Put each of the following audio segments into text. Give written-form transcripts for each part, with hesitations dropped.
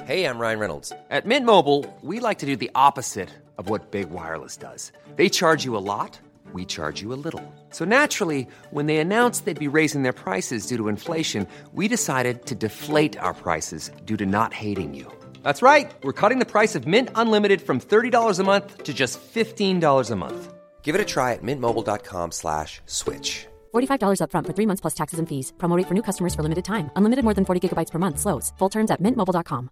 Hey, I'm Ryan Reynolds. At Mint Mobile, we like to do the opposite of what Big Wireless does. They charge you a lot, we charge you a little. So naturally, when they announced they'd be raising their prices due to inflation, we decided to deflate our prices due to not hating you. That's right. We're cutting the price of Mint Unlimited from $30 a month to just $15 a month. Give it a try at mintmobile.com/switch. $45 up front for 3 months plus taxes and fees. Promo rate for new customers for limited time. Unlimited more than 40 gigabytes per month. Slows full terms at mintmobile.com.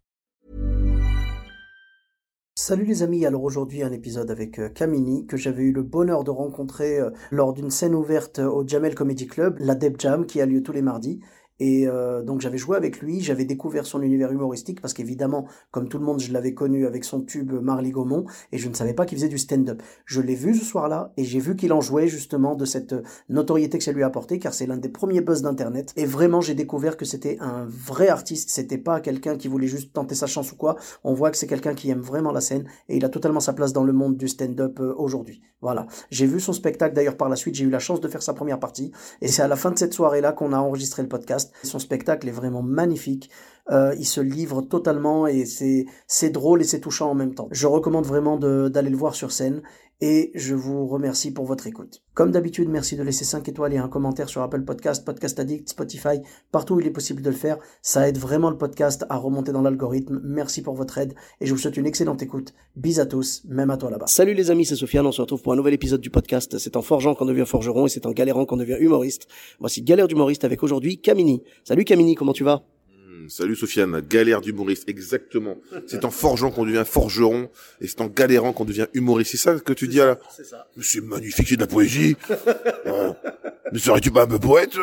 Salut les amis, alors aujourd'hui un épisode avec Kamini que j'avais eu le bonheur de rencontrer lors d'une scène ouverte au Jamel Comedy Club, la Deb Jam qui a lieu tous les mardis. Et donc j'avais joué avec lui, j'avais découvert son univers humoristique parce qu'évidemment, comme tout le monde, je l'avais connu avec son tube Marly Gaumont et je ne savais pas qu'il faisait du stand-up. Je l'ai vu ce soir-là et j'ai vu qu'il en jouait justement de cette notoriété que ça lui a apporté car c'est l'un des premiers buzz d'internet. Et vraiment, j'ai découvert que c'était un vrai artiste, c'était pas quelqu'un qui voulait juste tenter sa chance ou quoi. On voit que c'est quelqu'un qui aime vraiment la scène et il a totalement sa place dans le monde du stand-up aujourd'hui. Voilà. J'ai vu son spectacle d'ailleurs par la suite, j'ai eu la chance de faire sa première partie et c'est à la fin de cette soirée-là qu'on a enregistré le podcast. Son spectacle est vraiment magnifique, il se livre totalement et c'est drôle et c'est touchant en même temps. Je recommande vraiment d'aller le voir sur scène et je vous remercie pour votre écoute. Comme d'habitude, merci de laisser 5 étoiles et un commentaire sur Apple Podcast, Podcast Addict, Spotify, partout où il est possible de le faire. Ça aide vraiment le podcast à remonter dans l'algorithme. Merci pour votre aide et je vous souhaite une excellente écoute. Bis à tous, même à toi là-bas. Salut les amis, c'est Sofiane, on se retrouve pour un nouvel épisode du podcast. C'est en forgeant qu'on devient forgeron et c'est en galérant qu'on devient humoriste. Voici Galère d'humoriste avec aujourd'hui Kamini. Salut Kamini, comment tu vas ? Salut Sofiane, galère d'humoriste, exactement. C'est en forgeant qu'on devient forgeron et c'est en galérant qu'on devient humoriste. C'est ça que tu dis là ? C'est ça. Mais c'est magnifique, c'est de la poésie. Mais serais-tu pas un peu poète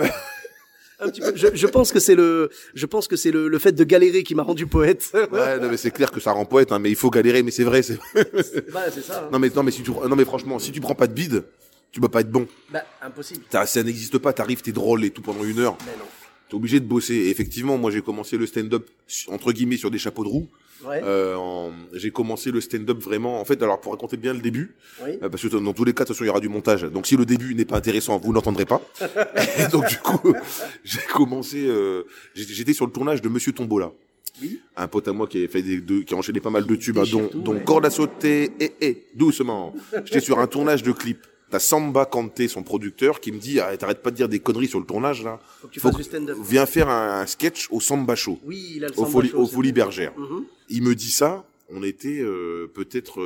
Un petit peu. Je pense que c'est le fait de galérer qui m'a rendu poète. Ouais, non mais c'est clair que ça rend poète, hein, mais il faut galérer, mais c'est vrai. C'est ça. Hein. Non mais franchement, si tu prends pas de bide, tu peux pas être bon. Impossible. Ça n'existe pas. T'arrives, t'es drôle et tout pendant 1 heure. Mais non. T'es obligé de bosser. Et effectivement, moi j'ai commencé le stand-up entre guillemets sur des chapeaux de roue. Ouais. J'ai commencé le stand-up vraiment. En fait, alors pour raconter bien le début, oui. Parce que dans tous les cas, de toute façon, il y aura du montage. Donc si le début n'est pas intéressant, vous n'entendrez pas. Et donc du coup, j'ai commencé. J'étais sur le tournage de Monsieur Tombola. Oui. Un pote à moi qui a fait qui a enchaîné pas mal de tubes, dont ouais. Corde à sauter et doucement. J'étais sur un tournage de clip. T'as Samba Kanté, son producteur, qui me dit t'arrêtes pas de dire des conneries sur le tournage là. Faut que tu fasses du stand-up. Viens faire un sketch au Samba Show. Oui, il a le Samba Show. Au Folies Bergère. Mm-hmm. Il me dit ça. On était peut-être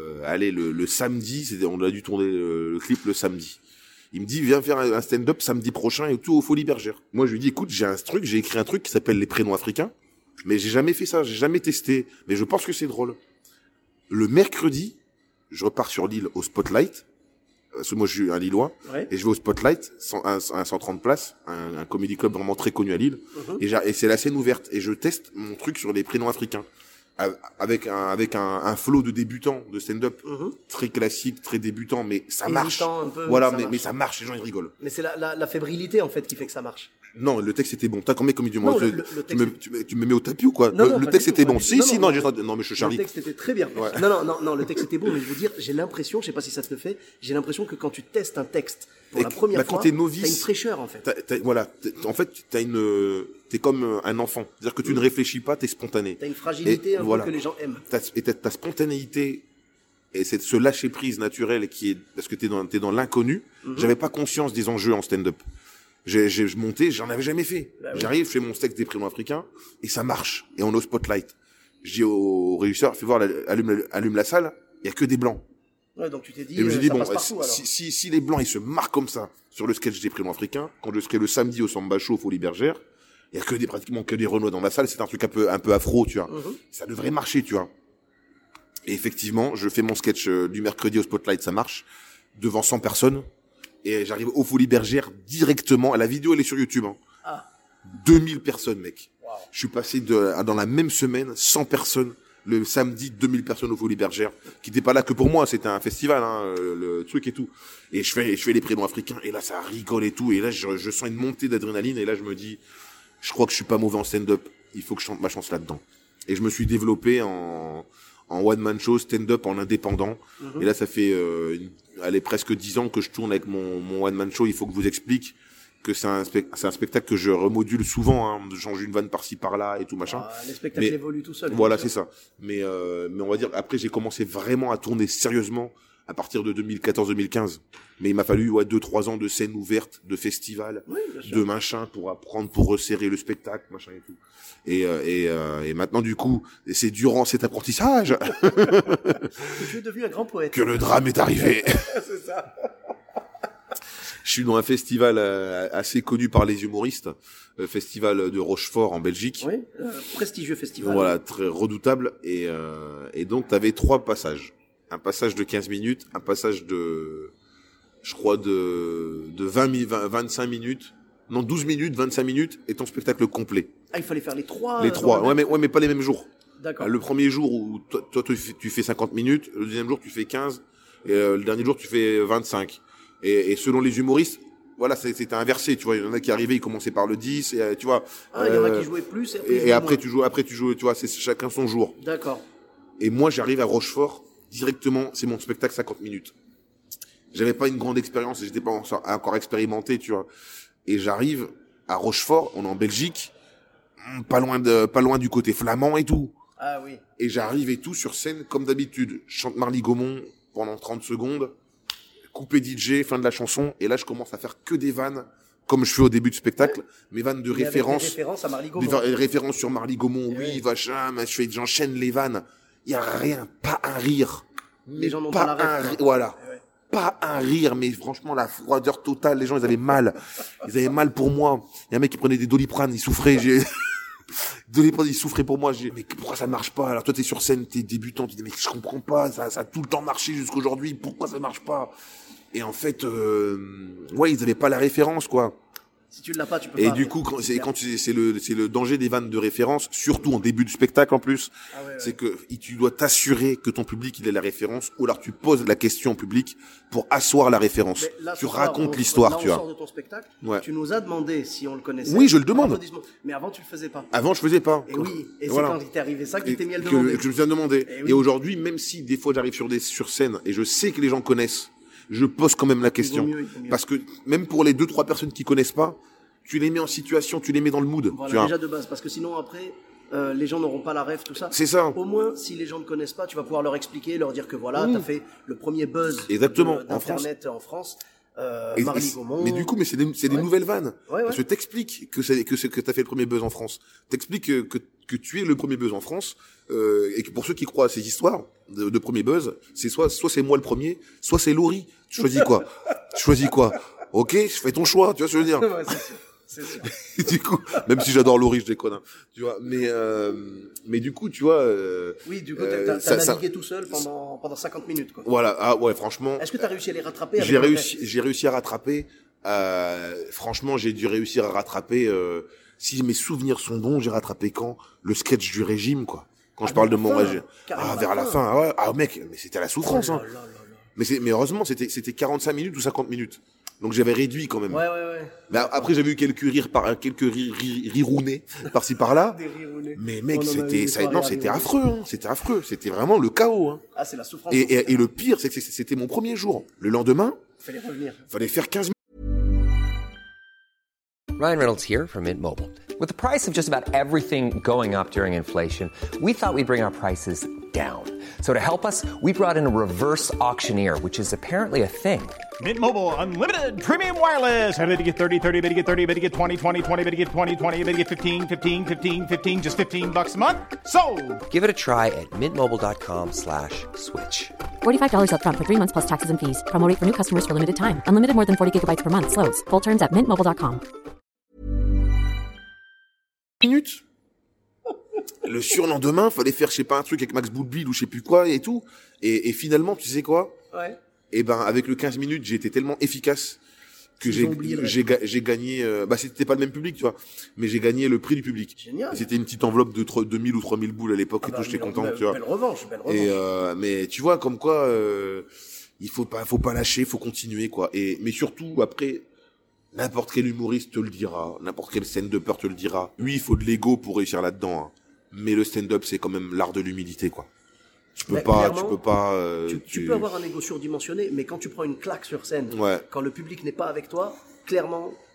le samedi. On a dû tourner le clip le samedi. Il me dit viens faire un stand-up samedi prochain et tout au Folies Bergère. Moi je lui dis écoute j'ai écrit un truc qui s'appelle les prénoms africains, mais j'ai jamais fait ça, j'ai jamais testé, mais je pense que c'est drôle. Le mercredi, je repars sur Lille au Spotlight. Parce que moi je suis un Lillois, ouais. Et je vais au Spotlight, un 130 places, un comédie club vraiment très connu à Lille, et c'est la scène ouverte, et je teste mon truc sur les prénoms africains, avec un flow de débutant, de stand-up, très classique, très débutant, mais ça marche. Un peu, voilà, ça mais ça marche, les gens ils rigolent. Mais c'est la fébrilité en fait qui fait que ça marche. Non, le texte était bon. T'as combien comme non, tu me mets au tapis ou quoi? Le texte était bon. Non, mais je Charlie. Le texte était très bien. Ouais. Non, le texte était bon, mais je veux dire, j'ai l'impression, je sais pas si ça te le fait, j'ai l'impression que quand tu testes un texte pour la première fois, t'es novice, t'as une fraîcheur en fait. En fait, t'es comme un enfant. C'est-à-dire que tu ne réfléchis pas, t'es spontané. T'as une fragilité peu que les gens aiment. Ta spontanéité et c'est ce lâcher prise naturel qui est, parce que t'es dans l'inconnu. J'avais pas conscience des enjeux en stand-up. Je montais, j'en avais jamais fait. Oui. J'arrive, je fais mon texte des prénoms africains, et ça marche. Et on est au Spotlight. Je dis au régisseur, fais voir, allume la salle, il y a que des blancs. Ouais, donc tu t'es dit, et je me suis dit, bon, partout, si les blancs, ils se marquent comme ça, sur le sketch des prénoms africains, quand je serai le samedi au Samba Show, au Folies Bergère, il y a pratiquement que des Renois dans la salle, c'est un truc un peu afro, tu vois. Ça devrait marcher, tu vois. Et effectivement, je fais mon sketch du mercredi au Spotlight, ça marche, devant 100 personnes. Et j'arrive au Folies Bergère directement. La vidéo, elle est sur YouTube. 2000 personnes, mec. Wow. Je suis passé dans la même semaine, 100 personnes. Le samedi, 2000 personnes au Folies Bergère. Qui n'étaient pas là que pour moi. C'était un festival, le truc et tout. Et je fais les prénoms africains. Et là, ça rigole et tout. Et là, je sens une montée d'adrénaline. Et là, je me dis, je crois que je suis pas mauvais en stand-up. Il faut que je tente ma chance là-dedans. Et je me suis développé en one-man show, stand-up, en indépendant. Et là, ça fait presque 10 ans que je tourne avec mon one-man show. Il faut que je vous explique. que c'est un spectacle que je remodule souvent, hein, je change une vanne par-ci par-là et tout machin. Les spectacles évoluent tout seuls. Voilà, c'est ça. Mais on va dire, après, j'ai commencé vraiment à tourner sérieusement à partir de 2014-2015. Mais il m'a fallu 2-3 ans de scènes ouvertes, de festivals, de machin pour apprendre, pour resserrer le spectacle, machin et tout. Et maintenant, du coup, c'est durant cet apprentissage que tu es devenu un grand poète. Que le drame est arrivé. C'est ça. Je suis dans un festival assez connu par les humoristes, festival de Rochefort en Belgique. Oui, prestigieux festival. Voilà, très redoutable. Et donc, t'avais 3 passages. Un passage de 15 minutes, un passage de 25 minutes, non 12 minutes, 25 minutes, et ton spectacle complet. Ah, il fallait faire les 3. Les 3, mais pas les mêmes jours. D'accord. Le premier jour où toi tu fais 50 minutes, le deuxième jour tu fais 15, et le dernier jour tu fais 25. Et selon les humoristes, voilà, c'était inversé, tu vois, il y en a qui arrivaient, ils commençaient par le 10, et tu vois. Ah, il y en a qui jouaient plus, et après tu joues, tu vois, c'est chacun son jour. D'accord. Et moi, j'arrive à Rochefort, directement, c'est mon spectacle 50 minutes. J'avais pas une grande expérience et j'étais pas encore expérimenté, tu vois. Et j'arrive à Rochefort, on est en Belgique, pas loin du côté flamand et tout. Ah oui. Et j'arrive et tout sur scène comme d'habitude. Je chante Marly Gaumont pendant 30 secondes, coupé DJ, fin de la chanson, et là je commence à faire que des vannes comme je fais au début du spectacle, mes vannes de référence. Des références à Marly Gaumont. Des références sur Marly Gaumont, oui, machin, j'enchaîne les vannes. Il y a rien, pas un rire. Les gens n'ont pas la ref. Voilà. Pas un rire, mais franchement, la froideur totale, les gens, ils avaient mal. Ils avaient mal pour moi. Il y a un mec qui prenait des Doliprane, il souffrait, Doliprane, il souffrait pour moi, mais pourquoi ça marche pas? Alors toi, t'es sur scène, t'es débutant, tu dis, mais je comprends pas, ça a tout le temps marché jusqu'aujourd'hui, pourquoi ça marche pas? Et en fait, ils avaient pas la référence, quoi. Si tu l'as pas, tu peux et pas. Et du coup, c'est le danger des vannes de référence, surtout en début de spectacle en plus. Ah ouais. C'est que tu dois t'assurer que ton public il ait la référence, ou alors tu poses la question au public pour asseoir la référence. Là, tu racontes l'histoire, tu vois. Sort de ton spectacle, tu nous as demandé si on le connaissait. Oui, je le demande. Mais avant, tu le faisais pas. Avant, je faisais pas. Et oui. Et c'est quand il t'est arrivé ça que tu t'es mis à le demander. Que je me suis demandé. Et aujourd'hui, même si des fois j'arrive sur scène et je sais que les gens connaissent, je pose quand même la question. Il vaut mieux. Parce que même pour les 2-3 personnes qui connaissent pas, tu les mets en situation, tu les mets dans le mood. Voilà, tu vois. Déjà de base, parce que sinon après, les gens n'auront pas la ref, tout ça. C'est ça. Au moins, si les gens ne connaissent pas, tu vas pouvoir leur expliquer, leur dire que voilà, t'as fait le premier buzz d'Internet en France. Marly Gaumont. Mais du coup, c'est des nouvelles vannes. Parce que t'expliques que t'as fait le premier buzz en France. T'expliques que tu es le premier buzz en France, et que pour ceux qui croient à ces histoires de premier buzz, c'est soit c'est moi le premier, soit c'est Laurie. Tu choisis quoi? Ok, fais ton choix, tu vois ce que je veux dire. Ouais, c'est sûr. C'est sûr. Du coup, même si j'adore Laurie, je déconne, hein, tu vois. Mais du coup, tu vois. Oui, du coup, t'as navigué tout seul pendant 50 minutes, quoi. Voilà. Ah ouais, franchement. Est-ce que t'as réussi à les rattraper? J'ai réussi à rattraper. Franchement, j'ai dû réussir à rattraper. Si mes souvenirs sont bons, j'ai rattrapé quand le sketch du régime, quoi. Quand je parle de mon régime. Vers la fin. Ouais. Ah mec, mais c'était la souffrance, hein. Mais heureusement, c'était 45 minutes ou 50 minutes. Donc j'avais réduit quand même. Ouais. Mais après j'avais eu quelques rirounés par-ci par-là. Des rirounés. Mais mec, c'était affreux, hein. C'était affreux. C'était vraiment le chaos, hein. Ah, c'est la souffrance. Et le pire, c'est que c'était mon premier jour. Le lendemain, fallait revenir. Fallait faire 15 minutes. Ryan Reynolds here from Mint Mobile. With the price of just about everything going up during inflation, we thought we'd bring our prices down. So to help us, we brought in a reverse auctioneer, which is apparently a thing. Mint Mobile Unlimited Premium Wireless. How to get 30, 30, bit to get 30, bit to get 20, 20, 20, bit to get 20, 20, bit to get 15, 15, 15, 15, just $15 a month? Sold! Give it a try at mintmobile.com/switch. $45 up front for 3 months plus taxes and fees. Promo rate for new customers for limited time. Unlimited more than 40 gigabytes per month. Slows full terms at mintmobile.com. Minutes. Le surlendemain, fallait faire, je sais pas, un truc avec Max Boudbille ou je sais plus quoi et tout. Et finalement, tu sais quoi? Ouais. Et ben, avec le 15 minutes, j'ai été tellement efficace que j'ai gagné, c'était pas le même public, tu vois, mais j'ai gagné le prix du public. Génial. C'était une petite enveloppe de 2000 ou 3000 boules à l'époque et tout, j'étais content, tu vois. Belle revanche. Et, mais tu vois, comme quoi, il faut pas lâcher, faut continuer, quoi. Mais surtout, après, n'importe quel humoriste te le dira, n'importe quelle stand-upper te le dira. Oui, il faut de l'ego pour réussir là-dedans, hein. Mais le stand-up, c'est quand même l'art de l'humilité, quoi. Tu peux pas. Tu peux avoir un ego surdimensionné, mais quand tu prends une claque sur scène, quand le public n'est pas avec toi, clairement,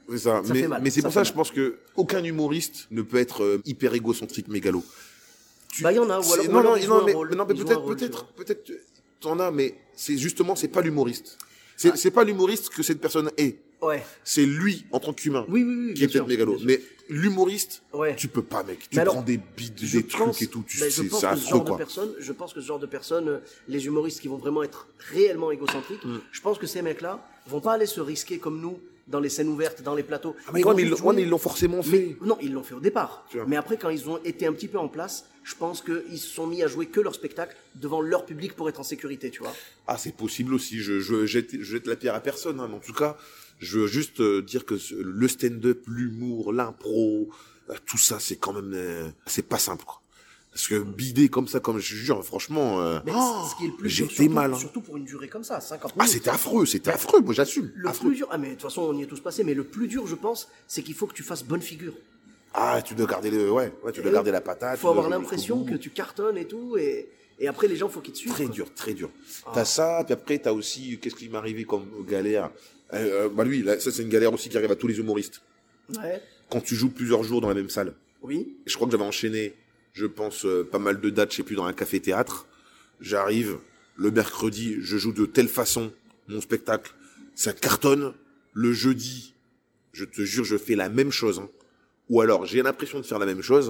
C'est ça. Ça fait mal. Mais c'est pour fait ça, mal. je pense que aucun humoriste ne peut être hyper égocentrique, mégalo. Bah, il y en a, ou alors, Non, ils jouent un mais rôle. non, mais Ils jouent un rôle, peut-être, t'en as, mais c'est pas l'humoriste. C'est pas l'humoriste que cette personne est. Ouais. C'est lui, en tant qu'humain, Oui, qui est bien sûr, peut-être mégalo. bien sûr. Mais l'humoriste, Ouais. tu peux pas, mec. Tu Mais alors, prends des bites, Je des trucs et tout, je c'est pense que ce affreux, genre de quoi. personnes, je pense que ce genre de personnes, les humoristes qui vont vraiment être réellement égocentriques, je pense que ces mecs-là vont pas aller se risquer comme nous dans les scènes ouvertes, dans les plateaux. Ah, mais Ils vont mais juste jouer. ils l'ont forcément fait. Non, ils l'ont fait au départ. Tu vois. Mais après, quand ils ont été un petit peu en place, je pense qu'ils se sont mis à jouer que leur spectacle devant leur public pour être en sécurité, tu vois. Ah, c'est possible aussi. Je jette la pierre à personne, hein. Mais en tout cas, je veux juste dire que le stand-up, l'humour, l'impro, tout ça, c'est quand même, c'est pas simple, quoi. Parce que bider comme ça, comme je jure, franchement, Mais ce qui est le plus dur, j'étais surtout, mal, hein. surtout pour une durée comme ça, 50 Ah, minutes. c'était affreux, moi j'assume. Le Affreux. plus dur, ah mais de toute façon on y est tous passés, mais le plus dur je pense, c'est qu'il faut que tu fasses bonne figure. Ah, tu dois garder tu dois garder la patate. Il faut avoir l'impression que tu cartonnes et tout, et après les gens faut qu'ils te suivent. Très quoi. dur, très dur. T'as ça, puis après t'as aussi, qu'est-ce qui m'est arrivé comme galère? Bah lui, là, ça c'est une galère aussi qui arrive à tous les humoristes. Ouais. Quand tu joues plusieurs jours dans la même salle. Oui. Je crois que j'avais enchaîné, je pense, pas mal de dates, je sais plus, dans un café-théâtre. J'arrive, le mercredi, je joue de telle façon mon spectacle. Ça cartonne. Le jeudi, je te jure, je fais la même chose, hein. Ou alors, j'ai l'impression de faire la même chose.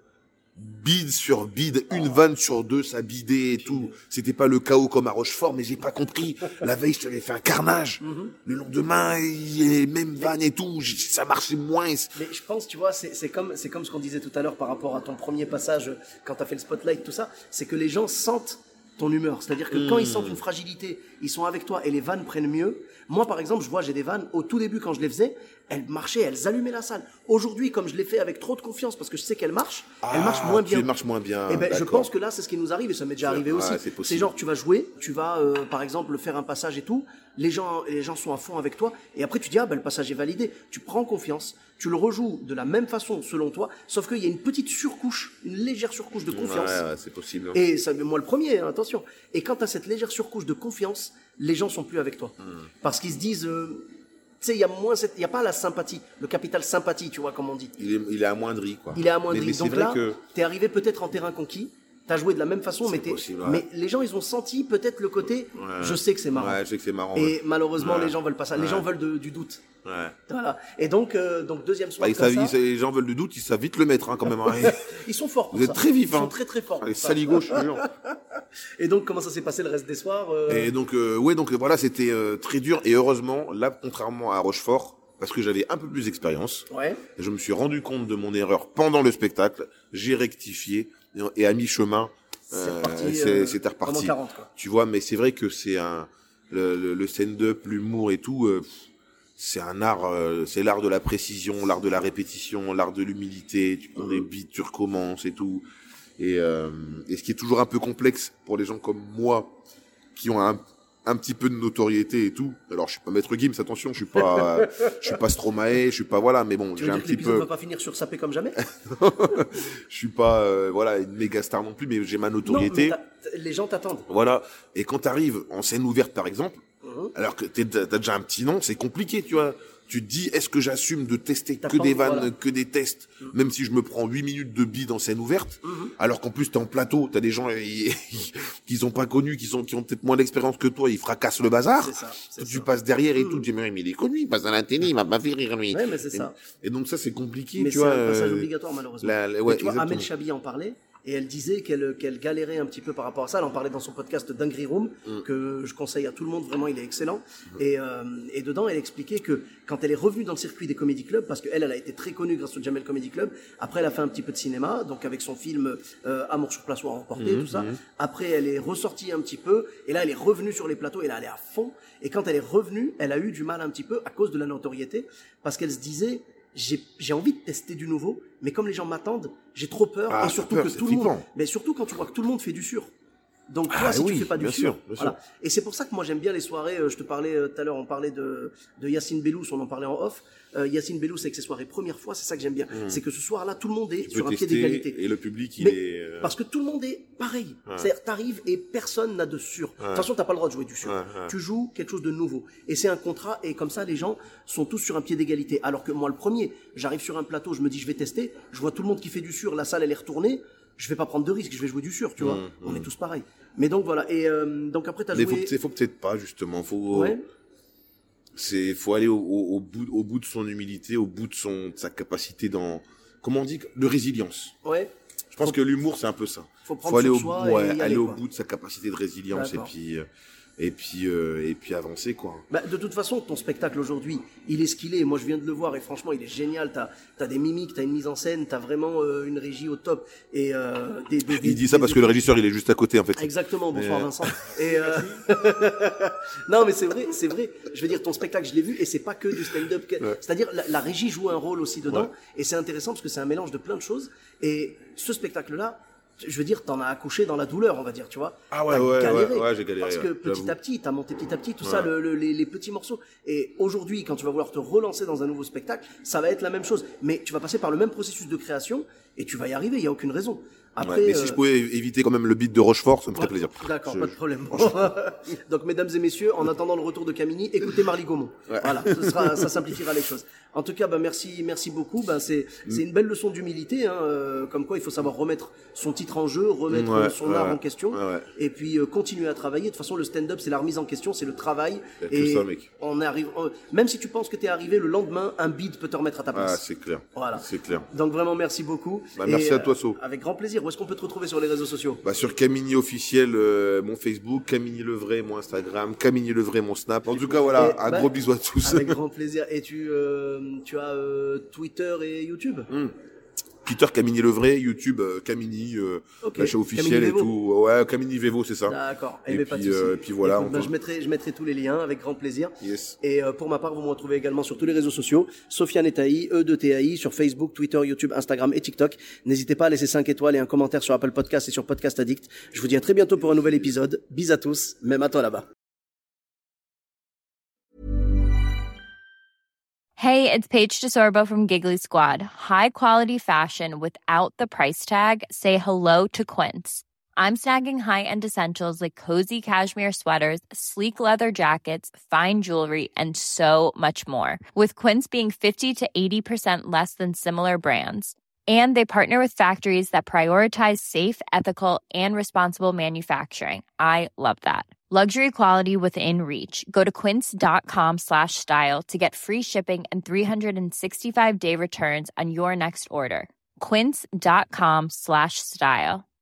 Bide sur bide, une vanne sur deux, ça bidait et tout. C'était pas le chaos comme à Rochefort, mais j'ai pas compris. La veille, je t'avais fait un carnage. Le lendemain, il y a les mêmes vannes et tout. Ça marchait moins. Mais je pense, tu vois, c'est comme ce qu'on disait tout à l'heure par rapport à ton premier passage quand t'as fait le spotlight, tout ça, c'est que les gens sentent ton humeur. C'est-à-dire que quand ils sentent une fragilité, ils sont avec toi et les vannes prennent mieux. Moi, par exemple, je vois, j'ai des vannes, au tout début, quand je les faisais, elles marchaient, elles allumaient la salle. Aujourd'hui, comme je l'ai fait avec trop de confiance, parce que je sais qu'elles marchent, elles marchent moins bien. Elles marchent moins bien. Eh ben, je d'accord. pense que là, c'est ce qui nous arrive, et ça m'est déjà arrivé Ouais, aussi. c'est possible. C'est genre, tu vas jouer, tu vas, par exemple, faire un passage et tout, les gens sont à fond avec toi, et après tu dis, ah ben le passage est validé. Tu prends confiance, tu le rejoues de la même façon, selon toi, sauf qu'il y a une petite surcouche, une légère surcouche de confiance. Ouais, c'est possible. Et ça, moi le premier, hein, attention. Et quand tu as cette légère surcouche de confiance, les gens sont plus avec toi. Parce qu'ils se disent, tu sais, il y a pas la sympathie, le capital sympathie, tu vois, comme on dit. Il est amoindri, quoi. Il est amoindri. Mais c'est Donc vrai là, que t'es arrivé peut-être en terrain conquis, t'as joué de la même façon, mais, possible, ouais. mais les gens, ils ont senti peut-être le côté, je sais que c'est marrant. Ouais, je sais que c'est marrant. Et ouais. malheureusement, Ouais. les gens veulent pas ça. Les Ouais. gens veulent du doute. Ouais. Voilà. Et donc deuxième soir Bah, comme ça, les gens veulent du doute, ils savent vite le mettre, hein, quand même. hein. ils sont forts pour Vous ça. êtes très vifs, Ils hein. sont très très forts. Les pour ça. saligots, je te jure. Et donc, comment ça s'est passé le reste des soirs Et donc, voilà, c'était très dur. Et heureusement, là, contrairement à Rochefort, parce que j'avais un peu plus d'expérience, Ouais. je me suis rendu compte de mon erreur pendant le spectacle, j'ai rectifié, et à mi-chemin, C'est reparti, c'était comme en reparti. 40, quoi. Tu vois, mais c'est vrai que c'est le stand-up, l'humour et tout, c'est un art, c'est l'art de la précision, l'art de la répétition, l'art de l'humilité. Tu prends des beats, tu recommences et tout. Et ce qui est toujours un peu complexe pour les gens comme moi, qui ont un petit peu de notoriété et tout. Alors, je suis pas Maître Gims, attention, je suis pas Stromae, je suis pas, voilà, mais bon, Tu j'ai veux un dire que petit l'épisode peu, va pas finir sur sapé comme jamais? je suis pas, voilà, une méga star non plus, mais j'ai ma Non, notoriété. mais les gens t'attendent. Voilà. Et quand t'arrives en scène ouverte, par exemple, alors que t'as déjà un petit nom, c'est compliqué, tu vois. Tu te dis, est-ce que j'assume de tester T'as que pas des envie, vannes, voilà. que des tests, même si je me prends 8 minutes de bide en scène ouverte, alors qu'en plus t'es en plateau, t'as des gens qui sont pas connus, qui ont peut-être moins d'expérience que toi, ils fracassent le bazar. C'est ça, c'est Tu ça. passes derrière et tout, tu dis, mais il est connu, il passe à la télé, il m'a pas fait rire, lui. Ouais, mais c'est Et- ça. Et donc ça, c'est compliqué, Mais tu c'est vois. un passage obligatoire, malheureusement. ouais, Mais tu vois, exactement. Amel Chabi en parlait, et elle disait qu'elle galérait un petit peu par rapport à ça. Elle en parlait dans son podcast Dinguery Room, que je conseille à tout le monde, vraiment, il est excellent. Et dedans, elle expliquait que quand elle est revenue dans le circuit des comédie clubs, parce qu'elle, elle a été très connue grâce au Jamel Comedy Club, après elle a fait un petit peu de cinéma, donc avec son film Amour sur place ou à remporter, tout ça. Après, elle est ressortie un petit peu, et là, elle est revenue sur les plateaux, et là, elle est à fond. Et quand elle est revenue, elle a eu du mal un petit peu à cause de la notoriété, parce qu'elle se disait, j'ai envie de tester du nouveau, mais comme les gens m'attendent, j'ai trop peur, Ah, et surtout t'as peur, que c'est tout le monde, flippant. mais surtout quand tu vois que tout le monde fait du sûr. Donc toi, si tu fais pas du sûr, bien voilà. sûr. Et c'est pour ça que moi j'aime bien les soirées. Je te parlais tout à l'heure, on parlait de Yacine Bellous, on en parlait en off. Yacine Bellous avec ses soirées première fois, c'est ça que j'aime bien. C'est que ce soir-là, tout le monde est sur un pied d'égalité. Et le public, parce que tout le monde est pareil. C'est-à-dire, t'arrives et personne n'a de sûr. De toute façon, t'as pas le droit de jouer du sûr. Tu joues quelque chose de nouveau. Et c'est un contrat, et comme ça, les gens sont tous sur un pied d'égalité. Alors que moi, le premier, j'arrive sur un plateau, je me dis, je vais tester, je vois tout le monde qui fait du sûr, la salle, elle est retournée. Je vais pas prendre de risque, je vais jouer du sûr, tu vois. On est tous pareils. Mais donc voilà. Et donc après, t'as joué. Mais faut peut-être pas, justement. Faut aller au bout de son humilité, au bout de sa capacité comment on dit, de résilience. Ouais. Je pense que l'humour, c'est un peu ça. Faut aller au bout de sa capacité de résilience et puis avancer, quoi. Bah, de toute façon, ton spectacle aujourd'hui, il est ce qu'il est. Moi, je viens de le voir et franchement, il est génial. T'as des mimiques, t'as une mise en scène, t'as vraiment une régie au top. Et il dit ça parce que le régisseur, il est juste à côté, en fait. Exactement. Bonsoir Vincent. Et non, mais c'est vrai. Je veux dire, ton spectacle, je l'ai vu et c'est pas que du stand-up. C'est-à-dire, la régie joue un rôle aussi dedans. Et c'est intéressant parce que c'est un mélange de plein de choses. Et ce spectacle-là, je veux dire, t'en as accouché dans la douleur, on va dire, tu vois. Ah ouais, j'ai galéré. Parce que petit à petit, t'as monté petit à petit, tout ça, les petits morceaux. Et aujourd'hui, quand tu vas vouloir te relancer dans un nouveau spectacle, ça va être la même chose. Mais tu vas passer par le même processus de création et tu vas y arriver, il n'y a aucune raison. Après, mais si je pouvais éviter quand même le beat de Rochefort, ça me ferait plaisir. D'accord, pas de problème. Donc, mesdames et messieurs, en attendant le retour de Camini, écoutez Marly Gaumont. Voilà, ça simplifiera les choses. En tout cas, merci beaucoup. C'est une belle leçon d'humilité, comme quoi il faut savoir remettre son titre en jeu, remettre son art en question, et puis continuer à travailler. De toute façon, le stand-up, c'est la remise en question, c'est le travail. Et ça, mec. On arrive, même si tu penses que t'es arrivé le lendemain, un beat peut te remettre à ta place. Ah, c'est clair. Voilà. C'est clair. Donc vraiment, merci beaucoup. Merci à toi, So. Avec grand plaisir. Où est-ce qu'on peut te retrouver sur les réseaux sociaux? Sur Camini officiel, mon Facebook, Camini Levray, mon Instagram, Camini Levray, mon Snap. En tout cas, voilà, un gros bisou à tous. Avec grand plaisir. Et tu as Twitter et YouTube? Twitter Camini Levray, YouTube Camini, la chaîne officielle et tout. Ouais, Camini Vevo, c'est ça. D'accord. Et puis voilà. Écoute, je mettrai tous les liens avec grand plaisir. Yes. Et pour ma part, vous me retrouvez également sur tous les réseaux sociaux. Sofiane Etaï, E2TAI, sur Facebook, Twitter, YouTube, Instagram et TikTok. N'hésitez pas à laisser 5 étoiles et un commentaire sur Apple Podcast et sur Podcast Addict. Je vous dis à très bientôt pour un nouvel épisode. Bis à tous, même à toi là-bas. Hey, it's Paige DeSorbo from Giggly Squad. High quality fashion without the price tag. Say hello to Quince. I'm snagging high-end essentials like cozy cashmere sweaters, sleek leather jackets, fine jewelry, and so much more. With Quince being 50 to 80% less than similar brands. And they partner with factories that prioritize safe, ethical, and responsible manufacturing. I love that. Luxury quality within reach. Go to quince.com/style to get free shipping and 365-day returns on your next order. Quince.com/style.